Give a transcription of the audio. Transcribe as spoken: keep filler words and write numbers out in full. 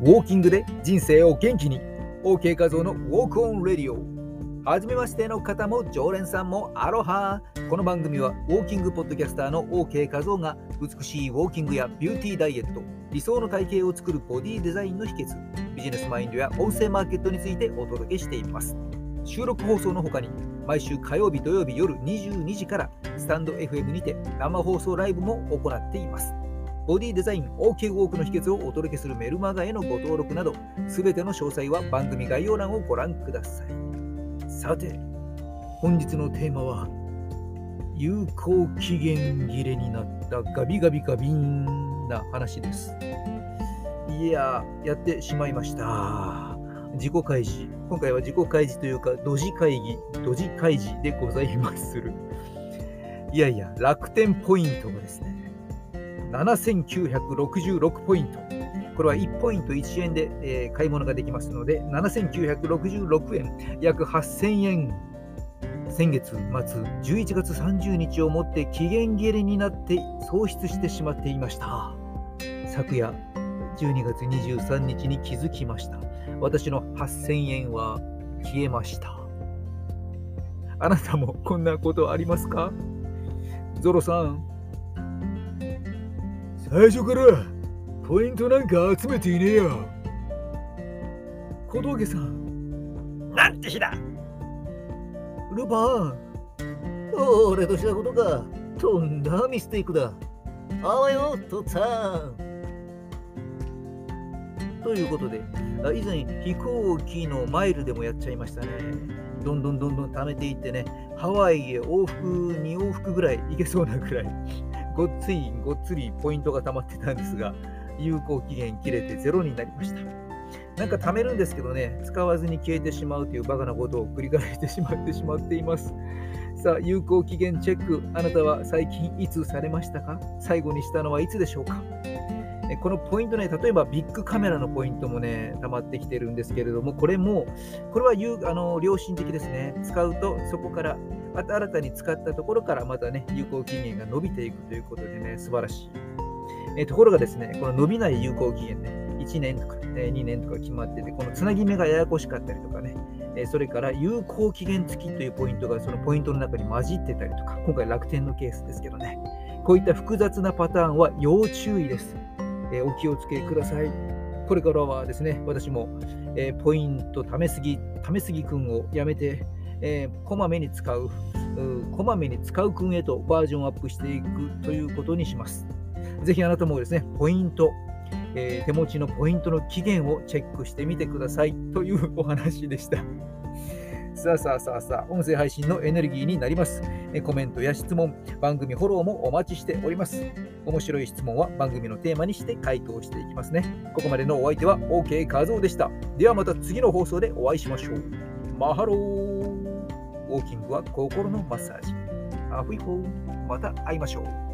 ォーキングで人生を元気に OK 画像のウォークオンレディオ。はじめましての方も常連さんもアロハ。この番組はウォーキングポッドキャスターの OK 画像が美しいウォーキングやビューティーダイエット、理想の体型を作るボディデザインの秘訣、ビジネスマインドや音声マーケットについてお届けしています。収録放送の他に毎週火曜日土曜日夜にじゅうにじからスタンド エフエム にて生放送ライブも行っています。ボディデザイン OK ウォークの秘訣をお届けするメルマガへのご登録など、すべての詳細は番組概要欄をご覧ください。さて、本日のテーマは有効期限切れになったガビガビガビンな話です。いや、やってしまいました。自己開示。今回は自己開示というか、ドジ会議、ドジ開示でございまする。いやいや、楽天ポイントがですね、ななせんきゅうひゃくろくじゅうろくポイント。これはいちポイントいちえんで、えー、買い物ができますので、ななせんきゅうひゃくろくじゅうろくえん、約はっせんえん。先月末、じゅういちがつさんじゅうにちをもって期限切れになって喪失してしまっていました。昨夜、じゅうにがつにじゅうさんにちに気づきました。私のはっせんえんは消えました。あなたもこんなことありますか？ゾロさん。 最初からポイントなんか集めていねえよ。 小峠さん。 なんて日だ。 ルパン。 俺としたことか。とんだミステイクだ。あわよ、とっつぁん。 ということで、以前飛行機のマイルでもやっちゃいましたね。どんどんどんどん貯めていってね、ハワイへ往復に往復ぐらい行けそうなぐらいごっついごっつりポイントが溜まってたんですが、有効期限切れてゼロになりました。なんか貯めるんですけどね、使わずに消えてしまうというバカなことを繰り返してしまってしまっています。さあ、有効期限チェック、あなたは最近いつされましたか？最後にしたのはいつでしょうか？このポイントね、例えばビッグカメラのポイントもね、溜まってきてるんですけれども、これも、これは有あの良心的ですね。使うと、そこから、新たに使ったところからまたね、有効期限が伸びていくということでね、素晴らしい。えところがですね、この伸びない有効期限ね、いちねんとか、えにねんとか決まってて、このつなぎ目がややこしかったりとかね、えそれから有効期限付きというポイントがそのポイントの中に混じってたりとか、今回楽天のケースですけどね、こういった複雑なパターンは要注意です。えー、お気をつけください。これからはですね、私も、えー、ポイント貯めすぎ、貯めすぎくんをやめて、えー、こまめに使う、こまめに使うくんへとバージョンアップしていくということにします。ぜひあなたもですね、ポイント、えー、手持ちのポイントの期限をチェックしてみてくださいというお話でした。さあさあさあさあ、音声配信のエネルギーになります。コメントや質問、番組フォローもお待ちしております。面白い質問は番組のテーマにして回答していきますね。ここまでのお相手は OK 画像でした。ではまた次の放送でお会いしましょう。マハロー。ウォーキングは心のマッサージ。アフイホー。また会いましょう。